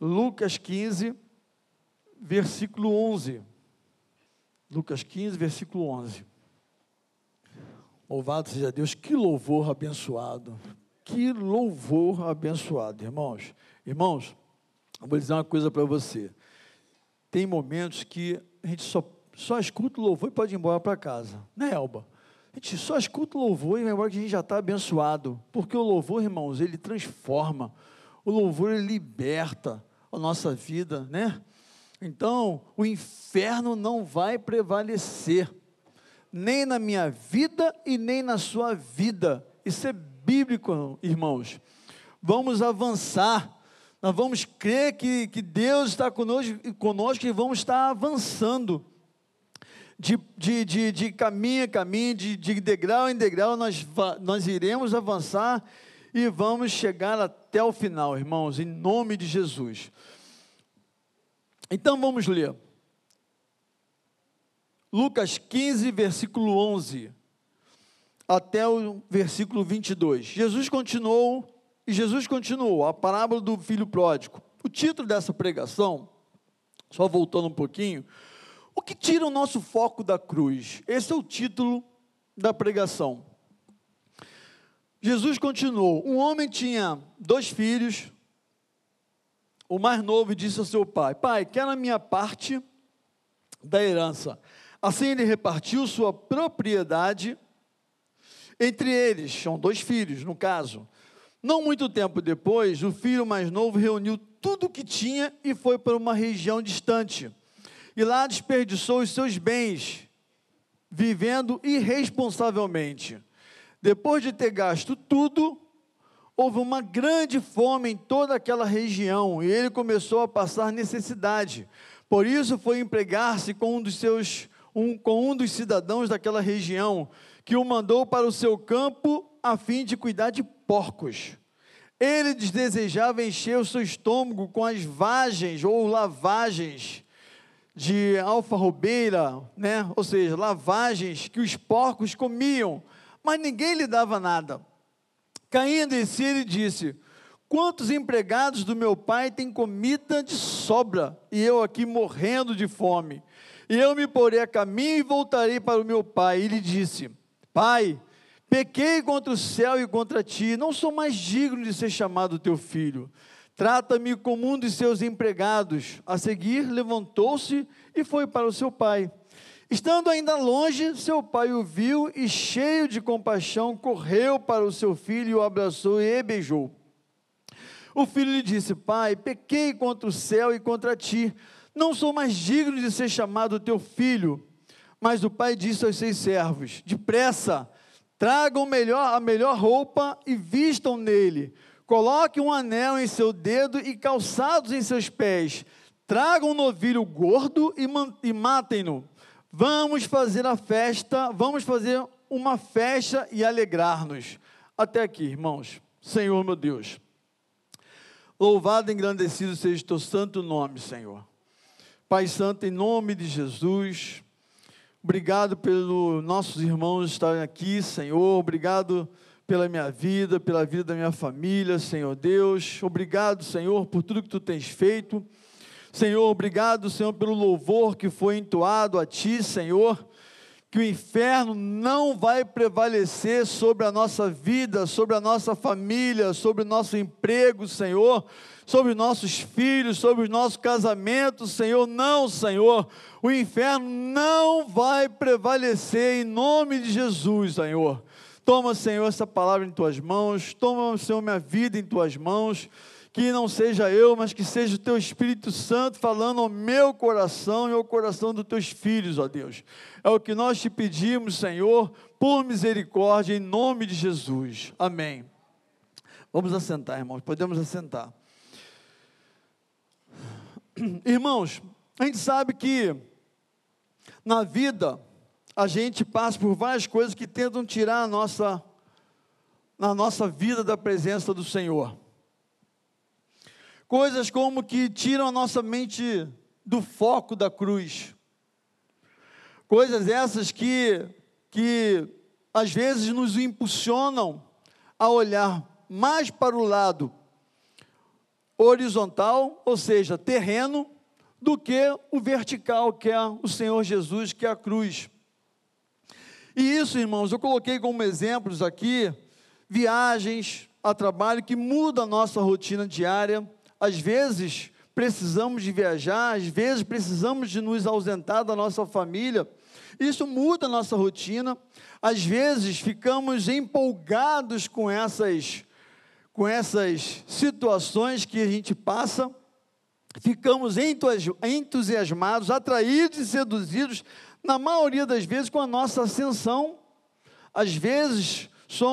Lucas 15, versículo 11. Lucas 15, versículo 11. Louvado seja Deus, que louvor abençoado. Que louvor abençoado, irmãos. Irmãos, eu vou dizer uma coisa para você. Tem momentos que a gente só escuta o louvor e pode ir embora para casa, né, Elba? A gente só escuta o louvor e vai embora que a gente já está abençoado, porque o louvor, irmãos, ele transforma, o louvor ele liberta a nossa vida, né? Então, o inferno não vai prevalecer, nem na minha vida e nem na sua vida. Isso é bíblico, irmãos. Vamos avançar, nós vamos crer que Deus está conosco e vamos estar avançando, de caminho em caminho, de degrau em degrau, nós iremos avançar e vamos chegar até o final, irmãos, em nome de Jesus. Então vamos ler, Lucas 15, versículo 11, até o versículo 22, Jesus continuou a parábola do filho pródigo. O título dessa pregação, só voltando um pouquinho, o que tira o nosso foco da cruz? Esse é o título da pregação. Jesus continuou, um homem tinha 2 filhos, o mais novo disse ao seu pai, pai, quero a minha parte da herança. Assim ele repartiu sua propriedade entre eles, são 2 filhos no caso. Não muito tempo depois, o filho mais novo reuniu tudo o que tinha e foi para uma região distante. E lá desperdiçou os seus bens, vivendo irresponsavelmente. Depois de ter gasto tudo, houve uma grande fome em toda aquela região, e ele começou a passar necessidade. Por isso foi empregar-se com um dos cidadãos daquela região, que o mandou para o seu campo, a fim de cuidar de porcos. Ele desejava encher o seu estômago com as vagens, ou lavagens, de alfarrobeira, né? Ou seja, lavagens que os porcos comiam, mas ninguém lhe dava nada. Caindo em si, ele disse, quantos empregados do meu pai têm comida de sobra, e eu aqui morrendo de fome? E eu me porei a caminho e voltarei para o meu pai. E ele disse, pai, pequei contra o céu e contra ti, não sou mais digno de ser chamado teu filho. Trata-me como um dos seus empregados. A seguir, levantou-se e foi para o seu pai. Estando ainda longe, seu pai o viu e, cheio de compaixão, correu para o seu filho e o abraçou e o beijou. O filho lhe disse, pai, pequei contra o céu e contra ti, não sou mais digno de ser chamado teu filho. Mas o pai disse aos seus servos, depressa, tragam a melhor roupa e vistam nele. Coloque um anel em seu dedo e calçados em seus pés. Tragam um novilho gordo e matem-no. Vamos fazer uma festa e alegrar-nos. Até aqui, irmãos. Senhor, meu Deus. Louvado e engrandecido seja o teu santo nome, Senhor. Pai Santo, em nome de Jesus, obrigado pelos nossos irmãos estarem aqui, Senhor. Obrigado pela minha vida, pela vida da minha família, Senhor Deus. Obrigado, Senhor, por tudo que tu tens feito. Senhor, obrigado, Senhor, pelo louvor que foi entoado a Ti, Senhor, que o inferno não vai prevalecer sobre a nossa vida, sobre a nossa família, sobre o nosso emprego, Senhor, sobre os nossos filhos, sobre os nossos casamentos, Senhor. Não, Senhor, o inferno não vai prevalecer em nome de Jesus, Senhor. Toma, Senhor, essa palavra em Tuas mãos, toma, Senhor, minha vida em Tuas mãos, que não seja eu, mas que seja o Teu Espírito Santo falando ao meu coração e ao coração dos Teus filhos, ó Deus. É o que nós te pedimos, Senhor, por misericórdia, em nome de Jesus. Amém. Vamos assentar, irmãos, podemos assentar. Irmãos, a gente sabe que na vida a gente passa por várias coisas que tentam tirar na nossa vida da presença do Senhor. Coisas como que tiram a nossa mente do foco da cruz. Coisas essas que às vezes nos impulsionam a olhar mais para o lado, horizontal, ou seja, terreno, do que o vertical, que é o Senhor Jesus, que é a cruz. E isso, irmãos, eu coloquei como exemplos aqui, viagens a trabalho que mudam a nossa rotina diária. Às vezes precisamos de viajar, às vezes precisamos de nos ausentar da nossa família. Isso muda a nossa rotina. Às vezes ficamos empolgados com essas situações que a gente passa, ficamos entusiasmados, atraídos e seduzidos, na maioria das vezes, com a nossa ascensão. Às vezes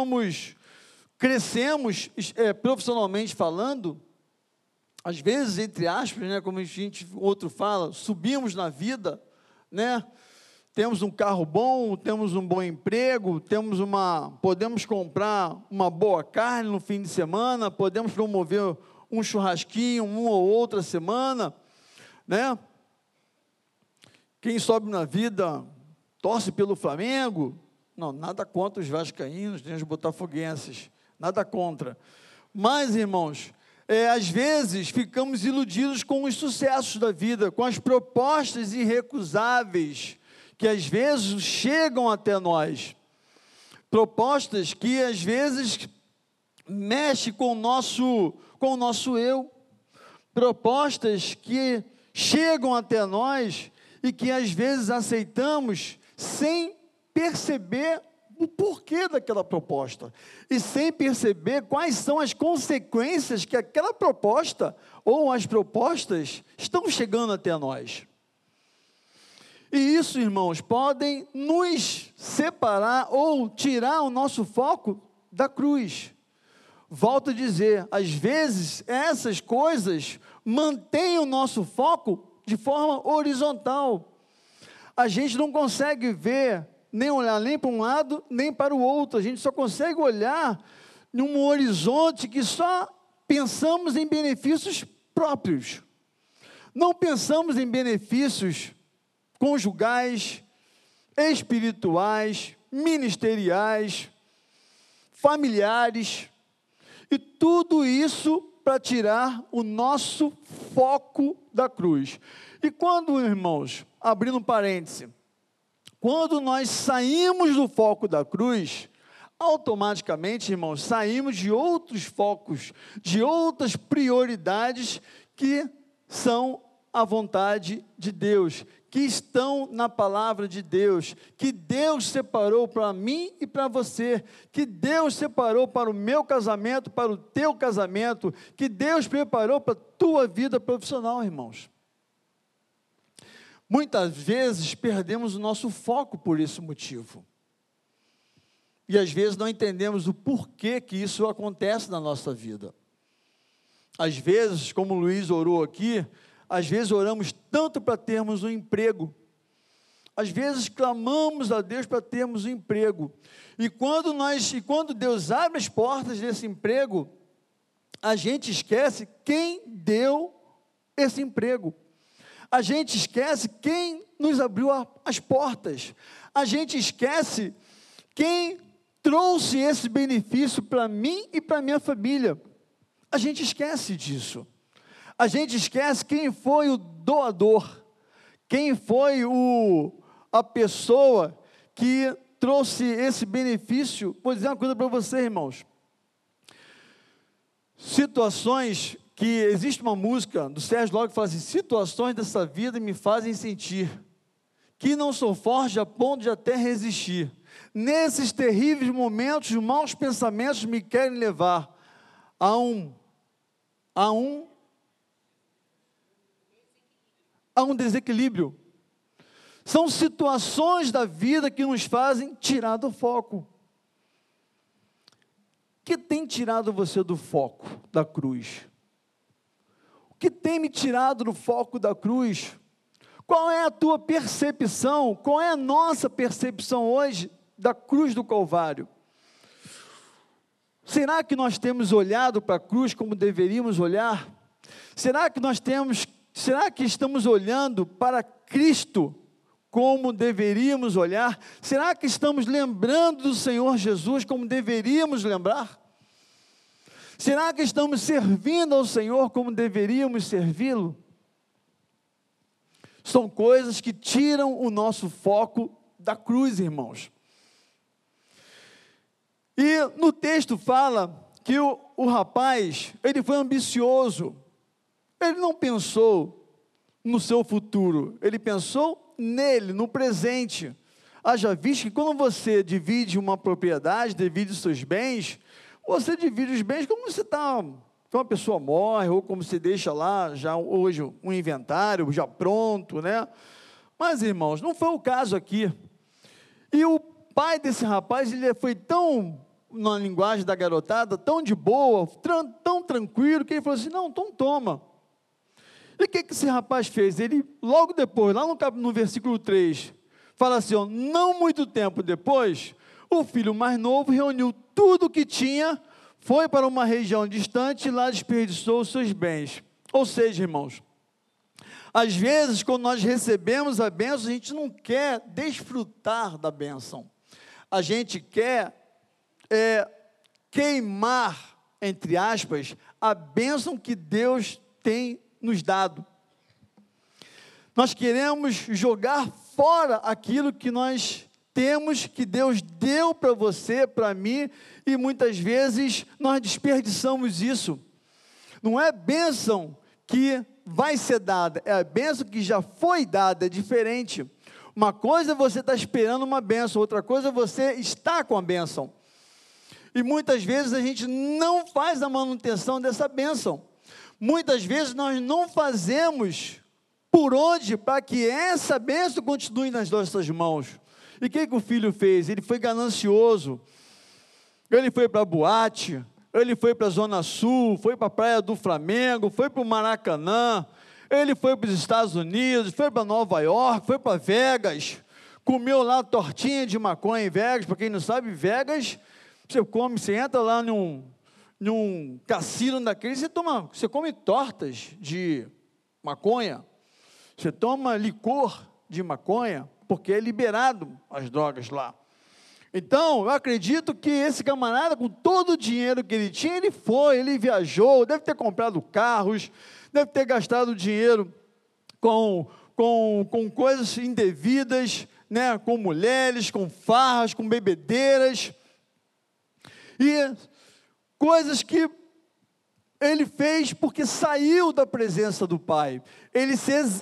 crescemos profissionalmente falando, às vezes, entre aspas, né, como outro fala, subimos na vida, né? Temos um carro bom, temos um bom emprego, podemos comprar uma boa carne no fim de semana, podemos promover um churrasquinho uma ou outra semana, né? Quem sobe na vida torce pelo Flamengo. Não, nada contra os vascaínos, nem os botafoguenses, nada contra. Mas, irmãos, às vezes ficamos iludidos com os sucessos da vida, com as propostas irrecusáveis que às vezes chegam até nós, propostas que às vezes mexem com o nosso eu, propostas que chegam até nós e que às vezes aceitamos sem perceber o porquê daquela proposta e sem perceber quais são as consequências que aquela proposta ou as propostas estão chegando até nós. E isso, irmãos, podem nos separar ou tirar o nosso foco da cruz. Volto a dizer, às vezes essas coisas mantêm o nosso foco de forma horizontal. A gente não consegue ver, nem olhar nem para um lado, nem para o outro. A gente só consegue olhar num horizonte que só pensamos em benefícios próprios. Não pensamos em benefícios conjugais, espirituais, ministeriais, familiares, e tudo isso para tirar o nosso foco da cruz. E quando, irmãos, abrindo um parêntese, quando nós saímos do foco da cruz, automaticamente, irmãos, saímos de outros focos, de outras prioridades que são a vontade de Deus, que estão na palavra de Deus, que Deus separou para mim e para você, que Deus separou para o meu casamento, para o teu casamento, que Deus preparou para a tua vida profissional, irmãos. Muitas vezes perdemos o nosso foco por esse motivo. E às vezes não entendemos o porquê que isso acontece na nossa vida. Às vezes, como o Luiz orou aqui, às vezes oramos tanto para termos um emprego, às vezes clamamos a Deus para termos um emprego, e quando Deus abre as portas desse emprego, a gente esquece quem deu esse emprego, a gente esquece quem nos abriu as portas, a gente esquece quem trouxe esse benefício para mim e para minha família, a gente esquece disso. A gente esquece quem foi o doador, quem foi a pessoa que trouxe esse benefício. Vou dizer uma coisa para você, irmãos. Situações que, existe uma música do Sérgio Log que fala assim, situações dessa vida me fazem sentir que não sou forte a ponto de até resistir. Nesses terríveis momentos, os maus pensamentos me querem levar a um desequilíbrio. São situações da vida que nos fazem tirar do foco. O que tem tirado você do foco da cruz? O que tem me tirado do foco da cruz? Qual é a tua percepção? Qual é a nossa percepção hoje da cruz do Calvário? Será que nós temos olhado para a cruz como deveríamos olhar? Será que estamos olhando para Cristo como deveríamos olhar? Será que estamos lembrando do Senhor Jesus como deveríamos lembrar? Será que estamos servindo ao Senhor como deveríamos servi-lo? São coisas que tiram o nosso foco da cruz, irmãos. E no texto fala que o rapaz, ele foi ambicioso. Ele não pensou no seu futuro, ele pensou nele, no presente. Haja visto que quando você divide uma propriedade, divide os seus bens, você divide os bens como você está, quando uma pessoa morre, ou como você deixa lá, já hoje, um inventário, já pronto, né? Mas, irmãos, não foi o caso aqui. E o pai desse rapaz, ele foi tão, na linguagem da garotada, tão de boa, tão tranquilo, que ele falou assim, não, então toma. E o que esse rapaz fez? Ele, logo depois, lá no versículo 3, fala assim, ó, não muito tempo depois, o filho mais novo reuniu tudo o que tinha, foi para uma região distante e lá desperdiçou os seus bens. Ou seja, irmãos, às vezes, quando nós recebemos a bênção, a gente não quer desfrutar da bênção. A gente quer queimar, entre aspas, a bênção que Deus tem nos dado. Nós queremos jogar fora aquilo que nós temos, que Deus deu para você, para mim, e muitas vezes nós desperdiçamos isso. Não é bênção que vai ser dada, é a bênção que já foi dada, é diferente. Uma coisa é você estar esperando uma bênção, outra coisa é você estar com a bênção. E muitas vezes a gente não faz a manutenção dessa bênção. Muitas vezes nós não fazemos por onde para que essa bênção continue nas nossas mãos. E o que o filho fez? Ele foi ganancioso, ele foi para a boate, ele foi para a Zona Sul, foi para a Praia do Flamengo, foi para o Maracanã, ele foi para os Estados Unidos, foi para Nova York, foi para Vegas, comeu lá tortinha de maconha em Vegas. Para quem não sabe, Vegas, você entra lá num cassino daquele, você come tortas de maconha, você toma licor de maconha, porque é liberado as drogas lá. Então, eu acredito que esse camarada, com todo o dinheiro que ele tinha, ele viajou, deve ter comprado carros, deve ter gastado dinheiro com coisas indevidas, né, com mulheres, com farras, com bebedeiras, e coisas que ele fez porque saiu da presença do Pai. Ele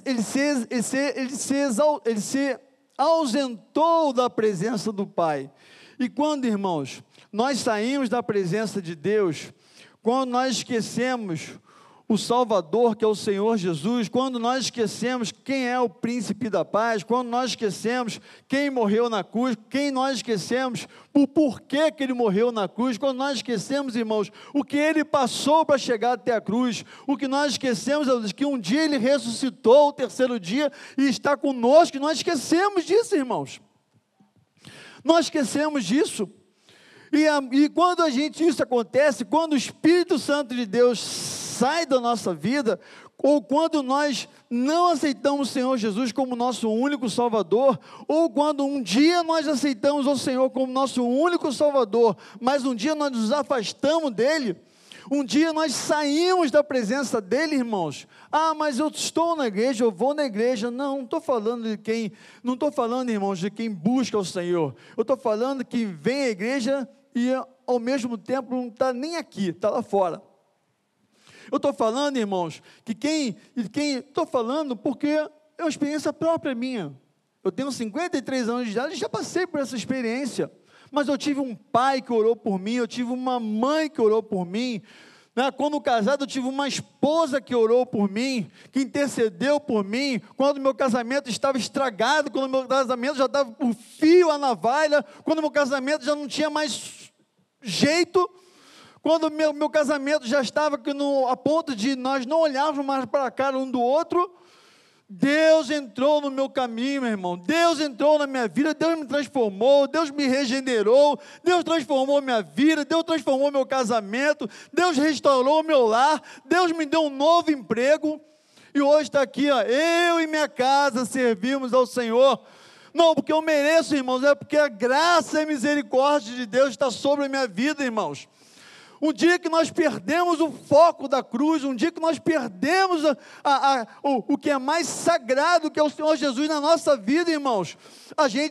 se ausentou da presença do Pai. E quando, irmãos, nós saímos da presença de Deus, quando nós esquecemos o Salvador, que é o Senhor Jesus, quando nós esquecemos quem é o príncipe da paz, quando nós esquecemos quem morreu na cruz, quem nós esquecemos o porquê que ele morreu na cruz, quando nós esquecemos, irmãos, o que ele passou para chegar até a cruz, o que nós esquecemos é que um dia ele ressuscitou, o terceiro dia, e está conosco, nós esquecemos disso, irmãos. Nós esquecemos disso. E quando isso acontece, quando o Espírito Santo de Deus sai da nossa vida, ou quando nós não aceitamos o Senhor Jesus como nosso único Salvador, ou quando um dia nós aceitamos o Senhor como nosso único Salvador, mas um dia nós nos afastamos dele, um dia nós saímos da presença dele, irmãos. Ah, mas eu estou na igreja, eu vou na igreja. Não estou falando não estou falando, irmãos, de quem busca o Senhor. Eu estou falando que vem à igreja e ao mesmo tempo não está nem aqui, está lá fora. Eu estou falando, irmãos, estou falando porque é uma experiência própria minha. Eu tenho 53 anos de idade e já passei por essa experiência. Mas eu tive um pai que orou por mim, eu tive uma mãe que orou por mim, né? Quando casado eu tive uma esposa que orou por mim, que intercedeu por mim, quando meu casamento estava estragado, quando meu casamento já estava por fio a navalha, quando meu casamento já não tinha mais jeito, quando meu casamento já estava a ponto de nós não olharmos mais para a cara um do outro, Deus entrou no meu caminho, meu irmão. Deus entrou na minha vida, Deus me transformou, Deus me regenerou, Deus transformou minha vida, Deus transformou meu casamento, Deus restaurou meu lar, Deus me deu um novo emprego, e hoje está aqui, ó, eu e minha casa servimos ao Senhor. Não porque eu mereço, irmãos, é porque a graça e a misericórdia de Deus está sobre a minha vida, irmãos. Um dia que nós perdemos o foco da cruz, um dia que nós perdemos o que é mais sagrado, que é o Senhor Jesus na nossa vida, irmãos, a gente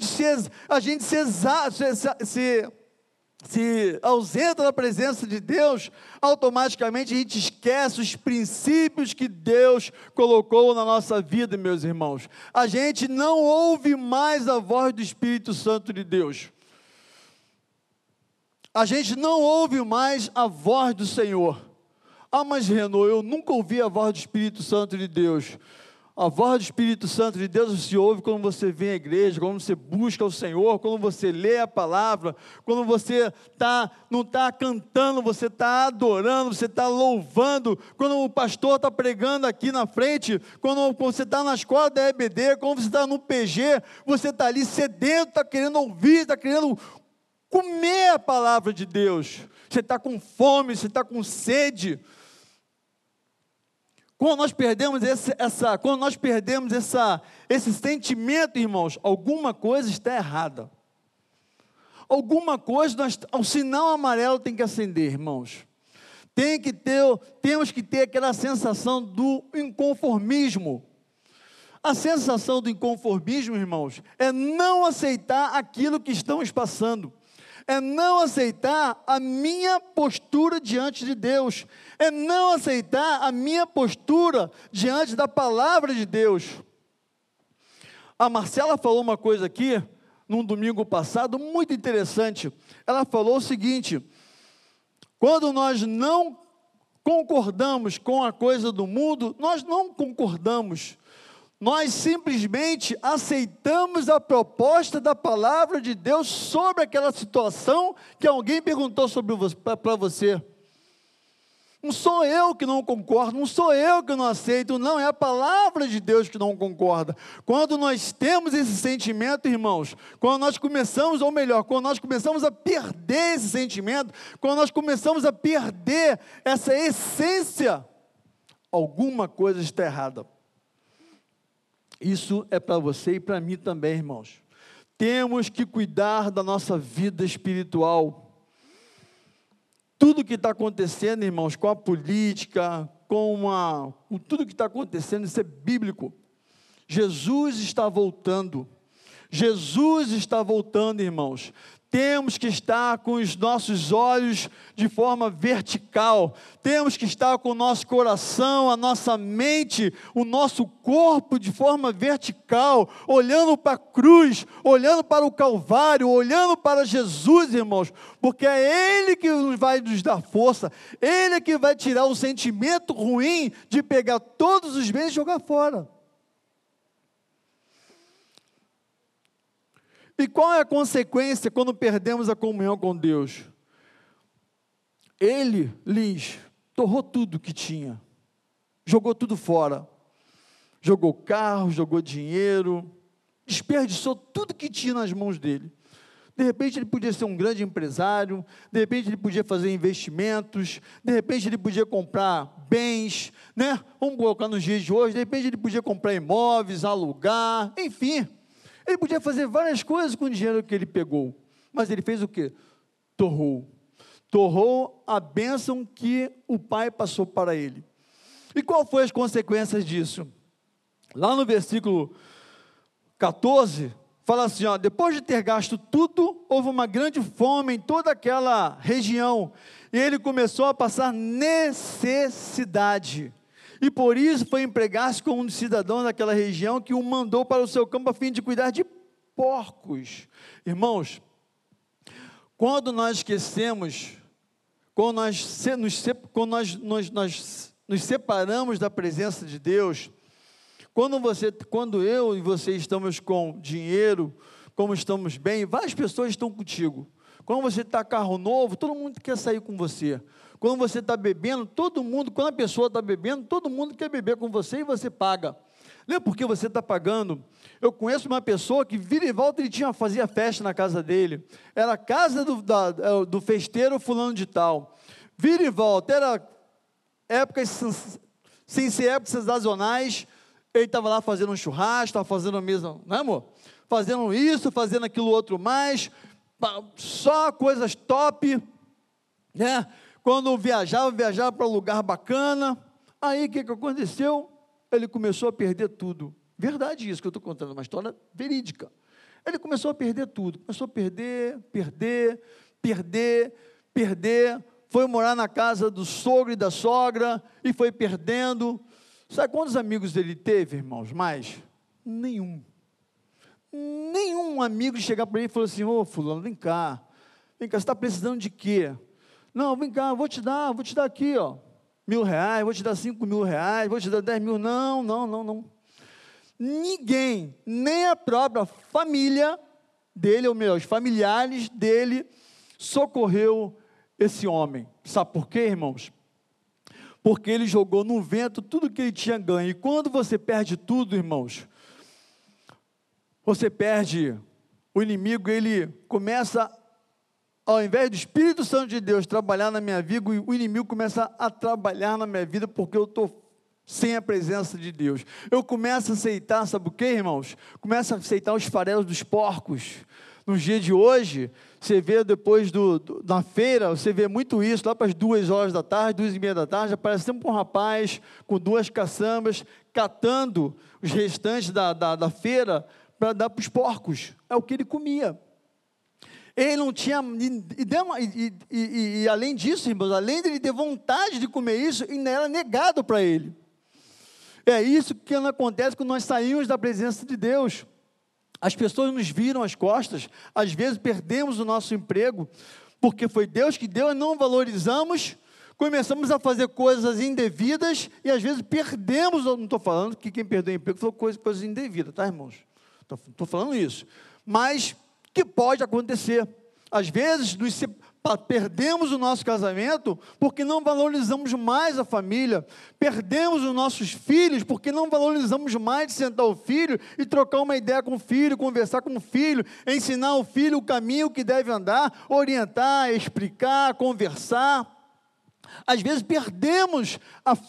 se ausenta da presença de Deus, automaticamente a gente esquece os princípios que Deus colocou na nossa vida, meus irmãos. A gente não ouve mais a voz do Espírito Santo de Deus. A gente não ouve mais a voz do Senhor. Ah, mas Renaud, eu nunca ouvi a voz do Espírito Santo de Deus. A voz do Espírito Santo de Deus se ouve quando você vem à igreja, quando você busca o Senhor, quando você lê a palavra, quando você não está cantando, você está adorando, você está louvando, quando o pastor está pregando aqui na frente, quando você está na escola da EBD, quando você está no PG, você está ali sedento, está querendo ouvir, está querendo comer a palavra de Deus. Você está com fome, você está com sede. Quando nós perdemos esse sentimento, irmãos, alguma coisa está errada. Alguma coisa, o sinal amarelo tem que acender, irmãos. Temos que ter aquela sensação do inconformismo. A sensação do inconformismo, irmãos, é não aceitar aquilo que estamos passando. É não aceitar a minha postura diante de Deus, é não aceitar a minha postura diante da palavra de Deus. A Marcela falou uma coisa aqui, num domingo passado, muito interessante. Ela falou o seguinte: quando nós não concordamos com a coisa do mundo, nós não concordamos, nós simplesmente aceitamos a proposta da palavra de Deus sobre aquela situação que alguém perguntou para você. Não sou eu que não concordo, não sou eu que não aceito, não, é a palavra de Deus que não concorda. Quando nós temos esse sentimento, irmãos, quando nós começamos a perder esse sentimento, quando nós começamos a perder essa essência, alguma coisa está errada. Isso é para você e para mim também, irmãos. Temos que cuidar da nossa vida espiritual. Tudo que está acontecendo, irmãos, com a política, com tudo que está acontecendo, isso é bíblico. Jesus está voltando. Jesus está voltando, irmãos. Temos que estar com os nossos olhos de forma vertical, temos que estar com o nosso coração, a nossa mente, o nosso corpo de forma vertical, olhando para a cruz, olhando para o Calvário, olhando para Jesus, irmãos, porque é Ele que vai nos dar força, Ele que vai tirar o sentimento ruim de pegar todos os bens e jogar fora. E qual é a consequência quando perdemos a comunhão com Deus? Ele lhes torrou tudo que tinha, jogou tudo fora, jogou carro, jogou dinheiro, desperdiçou tudo que tinha nas mãos dele. De repente ele podia ser um grande empresário, de repente ele podia fazer investimentos, de repente ele podia comprar bens, né? Vamos colocar nos dias de hoje, de repente ele podia comprar imóveis, alugar, enfim. Ele podia fazer várias coisas com o dinheiro que ele pegou, mas ele fez o quê? Torrou a bênção que o pai passou para ele. E qual foi as consequências disso? Lá no versículo 14, fala assim, ó, depois de ter gasto tudo, houve uma grande fome em toda aquela região, e ele começou a passar necessidade. E por isso foi empregar-se como um cidadão daquela região, que o mandou para o seu campo a fim de cuidar de porcos. Irmãos, quando nós esquecemos, quando nós nos separamos da presença de Deus, quando eu e você estamos com dinheiro, como estamos bem, várias pessoas estão contigo. Quando você está carro novo, todo mundo quer sair com você. Quando você está bebendo, quando a pessoa está bebendo, todo mundo quer beber com você e você paga. Lembra por que você está pagando? Eu conheço uma pessoa que vira e volta, ele fazia festa na casa dele. Era a casa do festeiro fulano de tal. Vira e volta, era épocas, sem ser épocas sazonais, ele estava lá fazendo um churrasco, estava fazendo a mesa, não é, amor? Fazendo isso, fazendo aquilo outro mais, só coisas top, né? quando viajava para um lugar bacana. Aí o que aconteceu? Ele começou a perder tudo. Verdade isso que eu estou contando, uma história verídica. Ele começou a perder tudo, começou a perder, foi morar na casa do sogro e da sogra, e foi perdendo. Sabe quantos amigos ele teve, irmãos? Mais? Nenhum amigo chegar para ele e falar assim: ô fulano, vem cá, você está precisando de quê? Não, vem cá, vou te dar aqui, ó, R$1.000, vou te dar R$5.000, vou te dar 10 mil, não. Ninguém, nem a própria família dele, ou melhor, os familiares dele, socorreu esse homem. Sabe por quê, irmãos? Porque ele jogou no vento tudo que ele tinha ganho. E quando você perde tudo, irmãos, você perde, o inimigo, ele começa, ao invés do Espírito Santo de Deus trabalhar na minha vida, o inimigo começa a trabalhar na minha vida, porque eu estou sem a presença de Deus. Eu começo a aceitar, sabe o que, irmãos? Começo a aceitar os farelos dos porcos. No dia de hoje, você vê depois da feira, você vê muito isso, lá para as 2h da tarde, 2h30 da tarde, aparece sempre um rapaz com 2 caçambas, catando os restantes da feira, para dar para os porcos. É o que ele comia. Ele não tinha, e além disso, irmãos, além de ele ter vontade de comer isso, ainda era negado para ele. É isso que não acontece quando nós saímos da presença de Deus. As pessoas nos viram as costas, às vezes perdemos o nosso emprego, porque foi Deus que deu e não valorizamos, começamos a fazer coisas indevidas, e às vezes perdemos, não estou falando que quem perdeu o emprego foi coisas indevidas, tá, irmãos? Estou falando isso, mas que pode acontecer. Às vezes perdemos o nosso casamento porque não valorizamos mais a família, perdemos os nossos filhos porque não valorizamos mais de sentar o filho e trocar uma ideia com o filho, conversar com o filho, ensinar o filho o caminho que deve andar, orientar, explicar, conversar. Às vezes perdemos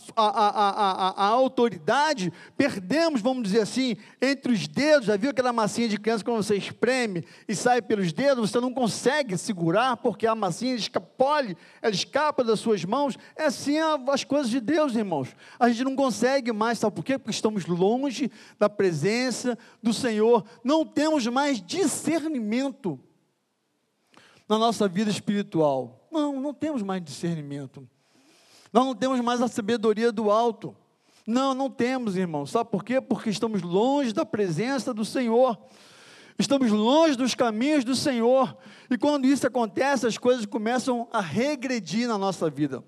a autoridade, perdemos, vamos dizer assim, entre os dedos. Já viu aquela massinha de criança quando você espreme e sai pelos dedos, você não consegue segurar, porque a massinha ela escapa das suas mãos. É assim as coisas de Deus, irmãos. A gente não consegue mais, sabe por quê? Porque estamos longe da presença do Senhor, não temos mais discernimento na nossa vida espiritual. Não temos mais discernimento. Nós não temos mais a sabedoria do alto. Não temos, irmãos. Sabe por quê? Porque estamos longe da presença do Senhor. Estamos longe dos caminhos do Senhor. E quando isso acontece, as coisas começam a regredir na nossa vida.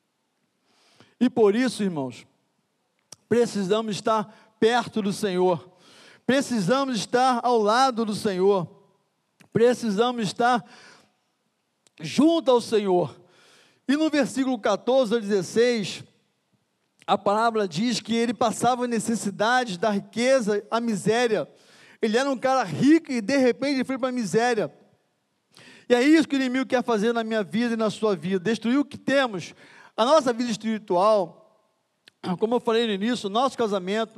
E por isso, irmãos, precisamos estar perto do Senhor. Precisamos estar ao lado do Senhor. Precisamos estar junto ao Senhor. E no versículo 14 a 16, a palavra diz que ele passava necessidades da riqueza à miséria. Ele era um cara rico e de repente ele foi para a miséria. E é isso que o inimigo quer fazer na minha vida e na sua vida, destruir o que temos. A nossa vida espiritual, como eu falei no início, o nosso casamento,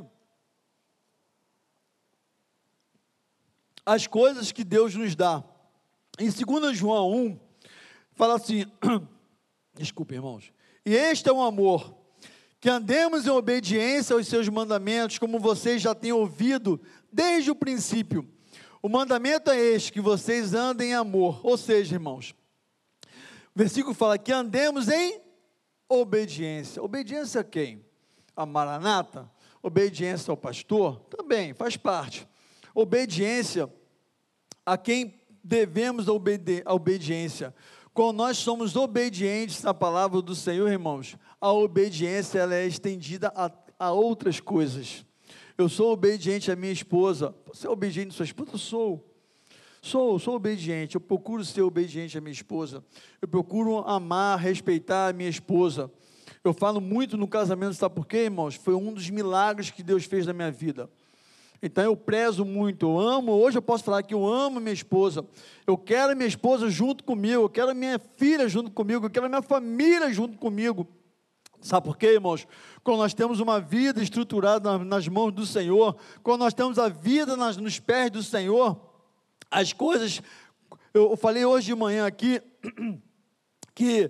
as coisas que Deus nos dá. Em 2 João 1, fala assim, desculpe, irmãos, e este é um amor, que andemos em obediência aos seus mandamentos, como vocês já têm ouvido desde o princípio. O mandamento é este, que vocês andem em amor. Ou seja, irmãos, o versículo fala que andemos em obediência. Obediência a quem? A Maranata? Obediência ao pastor? Também, faz parte. Obediência a quem devemos a obediência. Quando nós somos obedientes à palavra do Senhor, irmãos, a obediência ela é estendida a outras coisas. Eu sou obediente à minha esposa. Você é obediente à sua esposa? Eu sou obediente. Eu procuro ser obediente à minha esposa. Eu procuro amar, respeitar a minha esposa. Eu falo muito no casamento, sabe por quê, irmãos? Foi um dos milagres que Deus fez na minha vida. Então eu prezo muito, eu amo, hoje eu posso falar que eu amo minha esposa, eu quero a minha esposa junto comigo, eu quero a minha filha junto comigo, eu quero a minha família junto comigo. Sabe por quê, irmãos? Quando nós temos uma vida estruturada nas mãos do Senhor, quando nós temos a vida nos pés do Senhor, as coisas, eu falei hoje de manhã aqui, que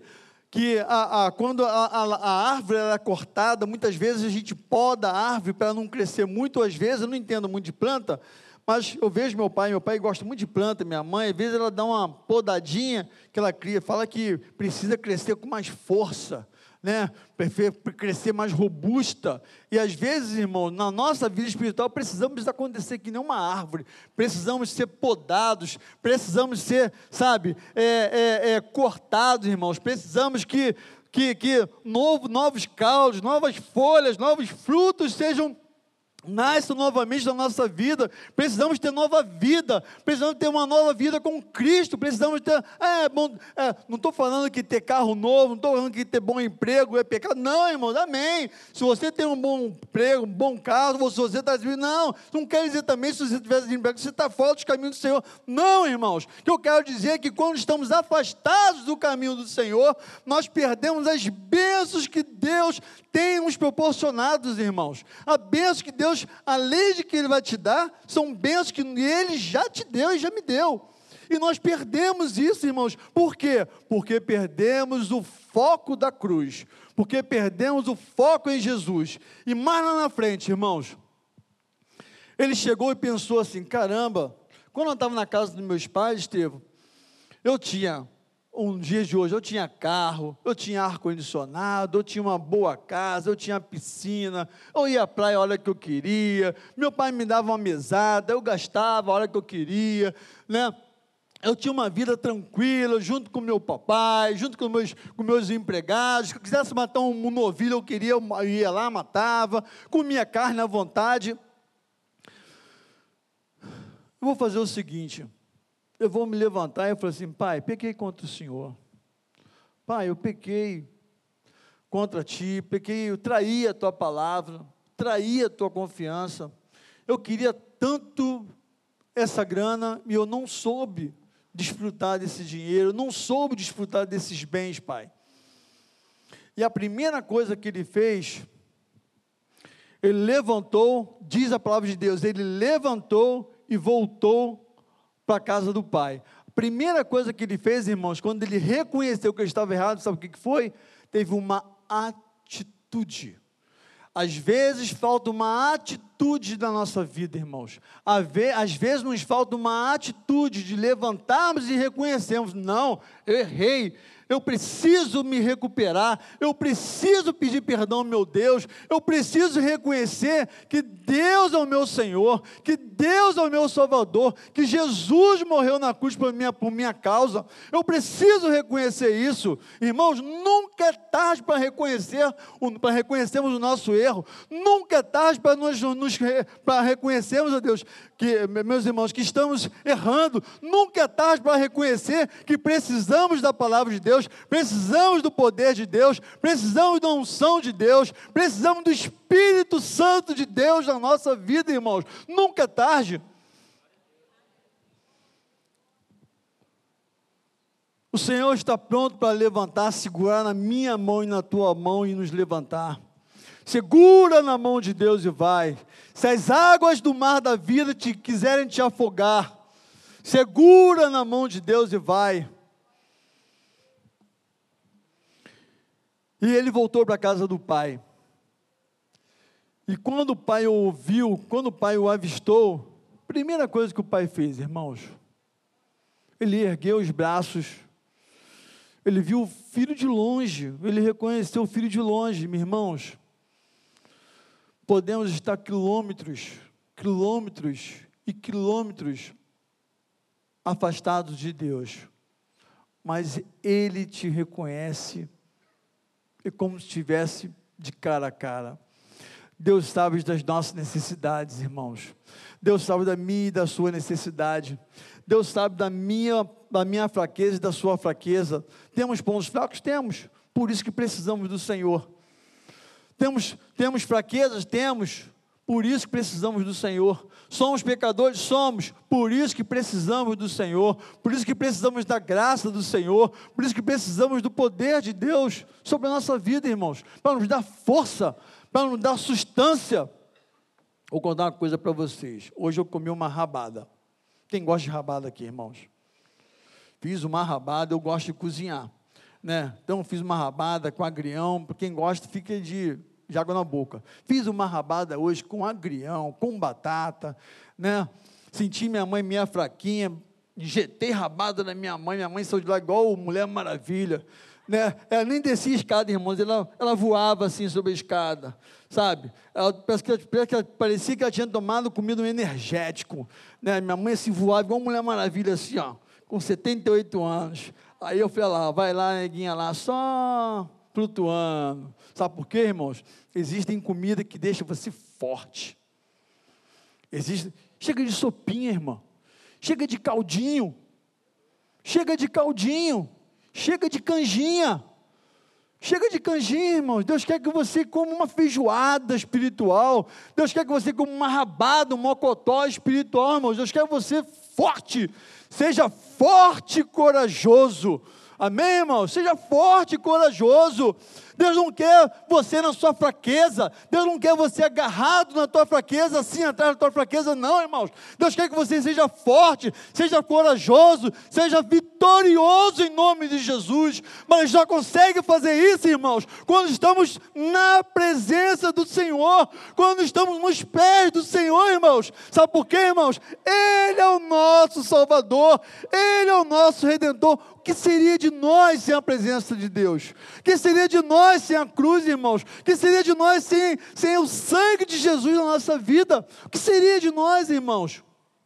que quando a árvore era cortada, muitas vezes a gente poda a árvore para não crescer muito. Às vezes, eu não entendo muito de planta, mas eu vejo meu pai gosta muito de planta, minha mãe, às vezes ela dá uma podadinha que ela cria, fala que precisa crescer com mais força, né? Para crescer mais robusta. E às vezes, irmão, na nossa vida espiritual precisamos acontecer que nem uma árvore, precisamos ser podados, precisamos ser, sabe, cortados, irmãos, precisamos que novos caules, novas folhas, novos frutos nasçam novamente na nossa vida. Precisamos ter nova vida, precisamos ter uma nova vida com Cristo, precisamos ter, não estou falando que ter carro novo, não estou falando que ter bom emprego é pecado, não, irmãos, amém, se você tem um bom emprego, um bom carro, ou se você está dizendo, não quer dizer também, se você tivesse emprego, que você está fora dos caminhos do Senhor, não, irmãos, o que eu quero dizer é que quando estamos afastados do caminho do Senhor, nós perdemos as bênçãos que Deus tem nos proporcionado, irmãos. A bênção que Deus, além de que Ele vai te dar, são bênçãos que Ele já te deu e já me deu. E nós perdemos isso, irmãos. Por quê? Porque perdemos o foco da cruz. Porque perdemos o foco em Jesus. E mais lá na frente, irmãos, ele chegou e pensou assim, caramba, quando eu estava na casa dos meus pais, Estevão, eu tinha... Um dia de hoje, eu tinha carro, eu tinha ar-condicionado, eu tinha uma boa casa, eu tinha piscina, eu ia à praia a hora que eu queria, meu pai me dava uma mesada, eu gastava a hora que eu queria, né? Eu tinha uma vida tranquila, junto com meu papai, junto com meus empregados. Se eu quisesse matar um novilho, eu ia lá, matava, comia carne à vontade. Eu vou fazer o seguinte... Eu vou me levantar e falar assim, pai, pequei contra o Senhor. Pai, eu pequei contra ti, eu traí a tua palavra, traí a tua confiança. Eu queria tanto essa grana e eu não soube desfrutar desse dinheiro, não soube desfrutar desses bens, pai. E a primeira coisa que ele fez, ele levantou, diz a palavra de Deus, ele levantou e voltou para a casa do pai. A primeira coisa que ele fez, irmãos, quando ele reconheceu que ele estava errado, sabe o que foi? Teve uma atitude. Às vezes falta uma atitude na nossa vida, irmãos. Às vezes nos falta uma atitude de levantarmos e reconhecermos, não, eu errei, eu preciso me recuperar, eu preciso pedir perdão ao meu Deus, eu preciso reconhecer que Deus é o meu Senhor, que Deus é o meu Salvador, que Jesus morreu na cruz por minha causa. Eu preciso reconhecer isso. Irmãos, nunca é tarde para reconhecermos o nosso erro, nunca é tarde para reconhecermos a Deus, meus irmãos, que estamos errando, nunca é tarde para reconhecer que precisamos da palavra de Deus, precisamos do poder de Deus, precisamos da unção de Deus, precisamos do Espírito Santo de Deus na nossa vida, irmãos, nunca é tarde. O Senhor está pronto para levantar, segurar na minha mão e na tua mão e nos levantar. Segura na mão de Deus e vai. Se as águas do mar da vida quiserem te afogar, segura na mão de Deus e vai. E ele voltou para a casa do pai. E quando o pai o ouviu, quando o pai o avistou, a primeira coisa que o pai fez, irmãos, ele ergueu os braços, ele viu o filho de longe, ele reconheceu o filho de longe, meus irmãos. Podemos estar quilômetros e quilômetros afastados de Deus, mas Ele te reconhece, é como se estivesse de cara a cara. Deus sabe das nossas necessidades, irmãos. Deus sabe da minha e da sua necessidade. Deus sabe da minha fraqueza e da sua fraqueza. Temos pontos fracos? Temos. Por isso que precisamos do Senhor. Temos fraquezas? Temos. Por isso que precisamos do Senhor. Somos pecadores? Somos. Por isso que precisamos do Senhor. Por isso que precisamos da graça do Senhor. Por isso que precisamos do poder de Deus sobre a nossa vida, irmãos. Para nos dar força, para nos dar sustância. Vou contar uma coisa para vocês. Hoje eu comi uma rabada. Quem gosta de rabada aqui, irmãos? Fiz uma rabada, eu gosto de cozinhar. né? Então fiz uma rabada com agrião, para quem gosta fica de água na boca. Fiz uma rabada hoje com agrião, com batata, né? Senti minha mãe meia fraquinha, injetei rabada na minha mãe saiu de lá igual Mulher Maravilha, né? Ela nem descia a escada, irmãos, ela voava assim sobre a escada, sabe? Parecia que ela tinha tomado comida um energético, né? Minha mãe assim voava igual Mulher Maravilha, assim, ó, com 78 anos. Aí eu falei lá, vai lá, neguinha lá, só flutuando. Sabe por quê, irmãos? Existem comida que deixa você forte. Chega de sopinha, irmão. Chega de caldinho. Chega de caldinho. Chega de canjinha. Chega de canjinha, irmãos. Deus quer que você coma uma feijoada espiritual. Deus quer que você coma uma rabada, um mocotó espiritual, irmãos. Deus quer você forte. Seja forte e corajoso. Amém, irmão? Seja forte e corajoso. Deus não quer você na sua fraqueza. Deus não quer você agarrado na tua fraqueza, assim atrás da tua fraqueza, não, irmãos. Deus quer que você seja forte, seja corajoso, seja vitorioso em nome de Jesus. Mas já consegue fazer isso, irmãos, quando estamos na presença do Senhor, quando estamos nos pés do Senhor, irmãos. Sabe por quê, irmãos? Ele é o nosso Salvador, Ele é o nosso Redentor. O que seria de nós sem a presença de Deus? O que seria de nós sem a cruz, irmãos? O que seria de nós sem o sangue de Jesus na nossa vida? O que seria de nós, irmãos?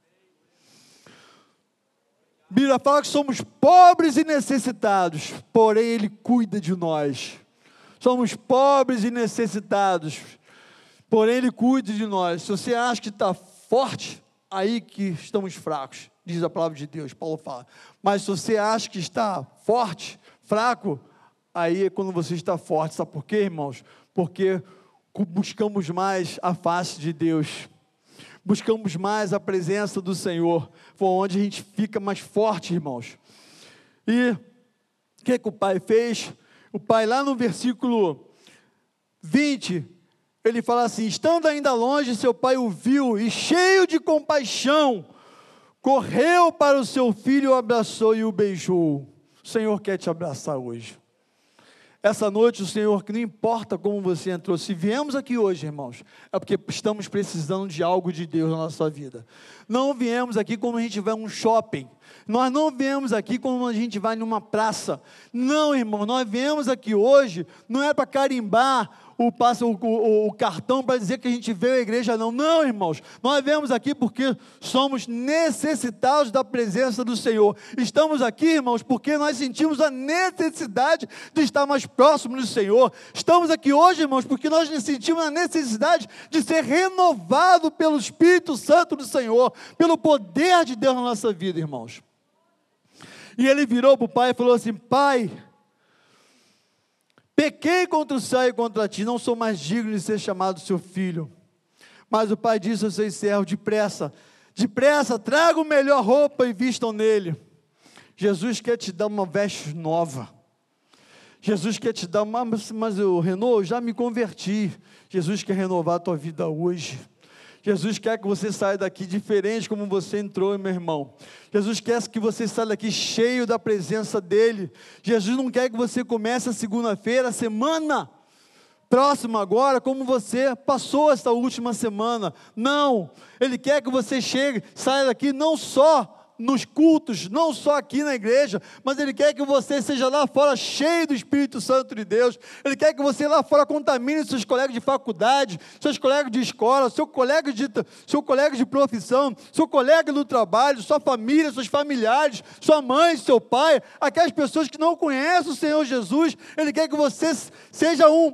A Bíblia fala que somos pobres e necessitados, porém Ele cuida de nós. Somos pobres e necessitados, porém Ele cuida de nós. Se você acha que está forte, aí que estamos fracos, diz a palavra de Deus, Paulo fala. Mas se você acha que está forte, fraco, aí é quando você está forte. Sabe por quê, irmãos? Porque buscamos mais a face de Deus, buscamos mais a presença do Senhor, foi onde a gente fica mais forte, irmãos. E o que o pai fez? O pai lá no versículo 20, ele fala assim: estando ainda longe, seu pai o viu e cheio de compaixão, correu para o seu filho, o abraçou e o beijou. O Senhor quer te abraçar hoje. Essa noite o Senhor, que não importa como você entrou, se viemos aqui hoje, irmãos, é porque estamos precisando de algo de Deus na nossa vida. Não viemos aqui como a gente vai a um shopping. Nós não viemos aqui como a gente vai numa praça. Não, irmão, nós viemos aqui hoje, não é para carimbar o cartão para dizer que a gente veio à igreja, não. Não, irmãos, nós viemos aqui porque somos necessitados da presença do Senhor. Estamos aqui, irmãos, porque nós sentimos a necessidade de estar mais próximo do Senhor. Estamos aqui hoje, irmãos, porque nós sentimos a necessidade de ser renovado pelo Espírito Santo do Senhor, pelo poder de Deus na nossa vida, irmãos. E ele virou para o pai e falou assim: pai, pequei contra o céu e contra ti, não sou mais digno de ser chamado seu filho. Mas o pai disse aos seus servos: depressa, tragam melhor roupa e vistam nele. Jesus quer te dar uma veste nova. Jesus quer te dar uma, mas eu já me converti. Jesus quer renovar a tua vida hoje. Jesus quer que você saia daqui diferente como você entrou, meu irmão. Jesus quer que você saia daqui cheio da presença dEle. Jesus não quer que você comece a segunda-feira, a semana próxima agora, como você passou esta última semana. Não, Ele quer que você saia daqui não só nos cultos, não só aqui na igreja, mas Ele quer que você seja lá fora cheio do Espírito Santo de Deus. Ele quer que você lá fora contamine seus colegas de faculdade, seus colegas de escola, seu colega de profissão, seu colega do trabalho, sua família, seus familiares, sua mãe, seu pai, aquelas pessoas que não conhecem o Senhor Jesus. Ele quer que você seja um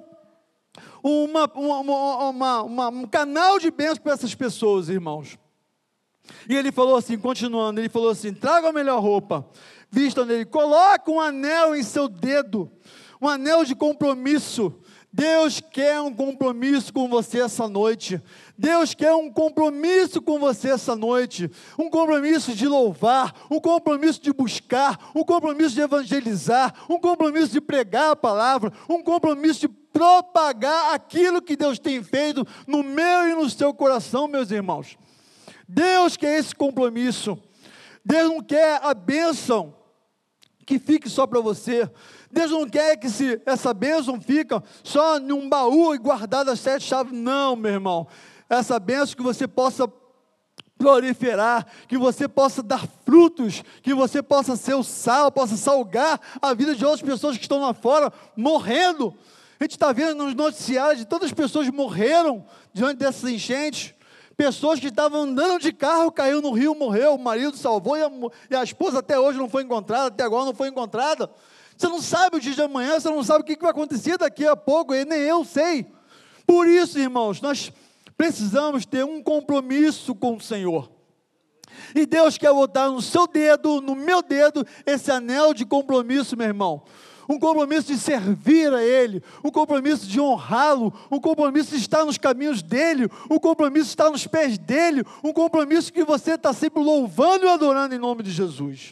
canal de bênção para essas pessoas, irmãos. E ele falou assim, continuando, ele falou assim: traga a melhor roupa, vistam nele, coloque um anel em seu dedo, um anel de compromisso. Deus quer um compromisso com você essa noite. Deus quer um compromisso com você essa noite, um compromisso de louvar, um compromisso de buscar, um compromisso de evangelizar, um compromisso de pregar a palavra, um compromisso de propagar aquilo que Deus tem feito no meu e no seu coração, meus irmãos. Deus quer esse compromisso. Deus não quer a bênção que fique só para você. Deus não quer que essa bênção fica só em um baú e guardada as 7 chaves. Não, meu irmão. Essa bênção que você possa proliferar, que você possa dar frutos, que você possa ser o sal, possa salgar a vida de outras pessoas que estão lá fora, morrendo. A gente está vendo nos noticiários de tantas pessoas morreram diante dessas enchentes, pessoas que estavam andando de carro, caiu no rio, morreu, o marido salvou e a esposa até hoje não foi encontrada, até agora não foi encontrada. Você não sabe o dia de amanhã, você não sabe o que vai acontecer daqui a pouco, e nem eu sei. Por isso, irmãos, nós precisamos ter um compromisso com o Senhor. E Deus quer botar no seu dedo, no meu dedo, esse anel de compromisso, meu irmão. Um compromisso de servir a Ele, um compromisso de honrá-lo, um compromisso de estar nos caminhos dEle, um compromisso de estar nos pés dEle, um compromisso que você está sempre louvando e adorando em nome de Jesus.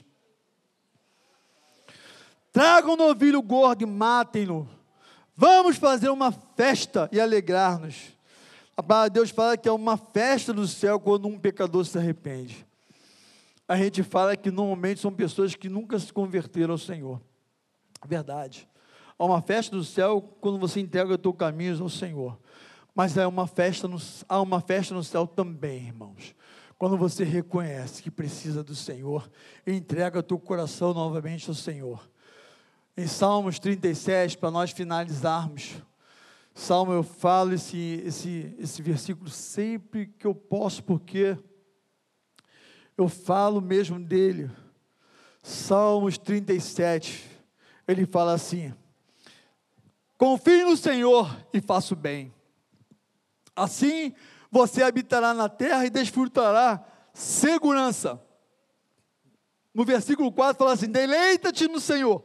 Tragam um novilho gordo e matem-no. Vamos fazer uma festa e alegrar-nos. A palavra de Deus fala que é uma festa no céu quando um pecador se arrepende. A gente fala que normalmente são pessoas que nunca se converteram ao Senhor. Verdade. Há uma festa no céu quando você entrega os teus caminhos ao Senhor. Mas há uma festa no céu também, irmãos. Quando você reconhece que precisa do Senhor e entrega o teu coração novamente ao Senhor. Em Salmos 37, para nós finalizarmos, Salmo, eu falo esse versículo sempre que eu posso, porque eu falo mesmo dele. Salmos 37, ele fala assim: confie no Senhor e faça o bem. Assim você habitará na terra e desfrutará segurança. No versículo 4 fala assim: deleita-te no Senhor,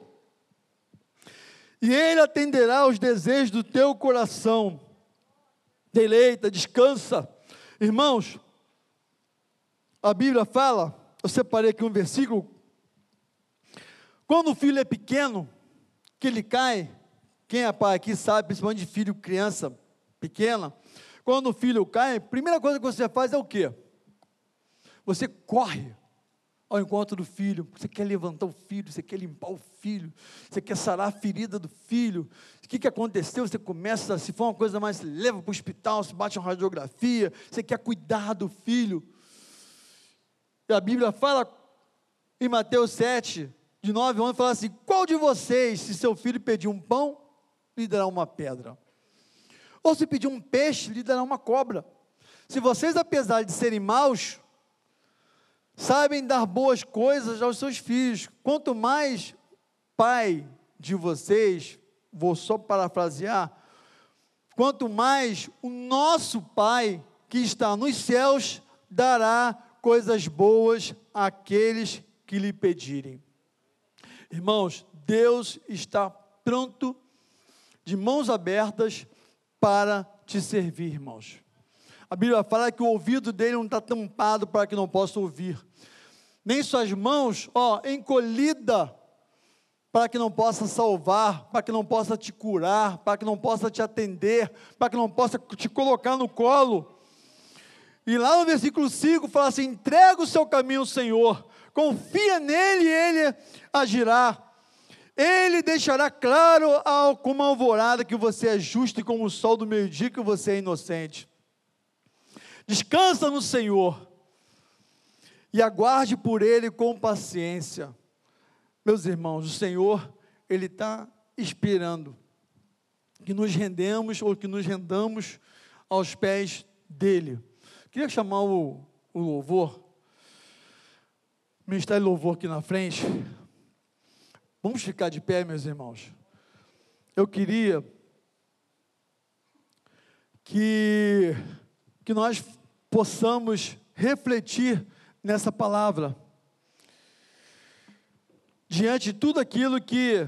e Ele atenderá aos desejos do teu coração. Deleita, descansa. Irmãos, a Bíblia fala, eu separei aqui um versículo, quando o filho é pequeno, que ele cai, quem é pai aqui sabe, principalmente de filho, criança pequena, quando o filho cai, a primeira coisa que você faz é o quê? Você corre ao encontro do filho, você quer levantar o filho, você quer limpar o filho, você quer sarar a ferida do filho. O que aconteceu? Você começa, se for uma coisa mais, leva para o hospital, se bate uma radiografia, você quer cuidar do filho. E a Bíblia fala, em Mateus 7, de 9 a 11, fala assim: qual de vocês, se seu filho pedir um pão, lhe dará uma pedra? Ou se pedir um peixe, lhe dará uma cobra? Se vocês, apesar de serem maus, sabem dar boas coisas aos seus filhos, quanto mais Pai de vocês, vou só parafrasear, quanto mais o nosso Pai que está nos céus dará coisas boas àqueles que lhe pedirem. Irmãos, Deus está pronto, de mãos abertas, para te servir, irmãos. A Bíblia fala que o ouvido dele não está tampado para que não possa ouvir, nem suas mãos, encolhida, para que não possa salvar, para que não possa te curar, para que não possa te atender, para que não possa te colocar no colo. E lá no versículo 5 fala assim: entrega o seu caminho ao Senhor, confia nele e ele agirá. Ele deixará claro como a alvorada que você é justo e como o sol do meio-dia que você é inocente. Descansa no Senhor e aguarde por Ele com paciência. Meus irmãos, o Senhor, Ele está esperando que nos rendemos ou que nos rendamos aos pés dEle. Queria chamar o louvor, o Ministério de Louvor aqui na frente. Vamos ficar de pé, meus irmãos. Eu queria que nós possamos refletir nessa palavra, diante de tudo aquilo que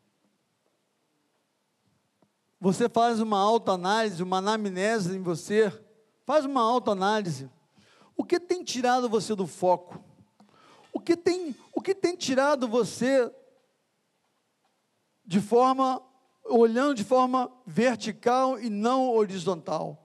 você faz uma autoanálise, uma anamnese em você, faz uma autoanálise. O que tem tirado você do foco? O que tem tirado você olhando de forma vertical e não horizontal?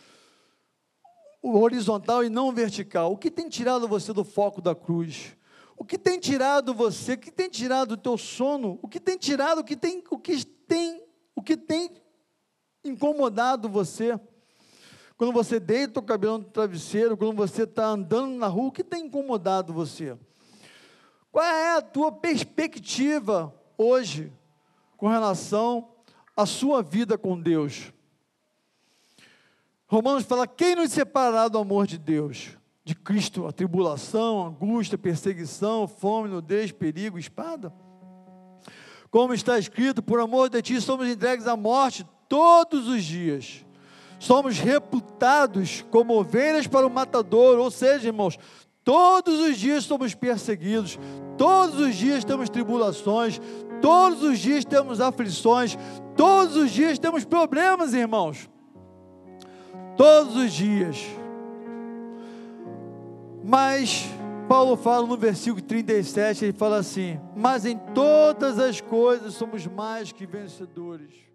O horizontal e não vertical. O que tem tirado você do foco da cruz? O que tem tirado você? O que tem tirado o teu sono? O que tem tirado? O que tem incomodado você? Quando você deita o cabelo no travesseiro, quando você está andando na rua, o que tem incomodado você? Qual é a tua perspectiva hoje com relação à sua vida com Deus? Romanos fala: quem nos separará do amor de Deus? De Cristo, a tribulação, a angústia, a perseguição, fome, nudez, perigo, espada. Como está escrito: por amor de ti somos entregues à morte todos os dias. Somos reputados como ovelhas para o matador. Ou seja, irmãos, todos os dias somos perseguidos, todos os dias temos tribulações, todos os dias temos aflições, todos os dias temos problemas, irmãos. Todos os dias. Mas Paulo fala no versículo 37, ele fala assim: mas em todas as coisas somos mais que vencedores.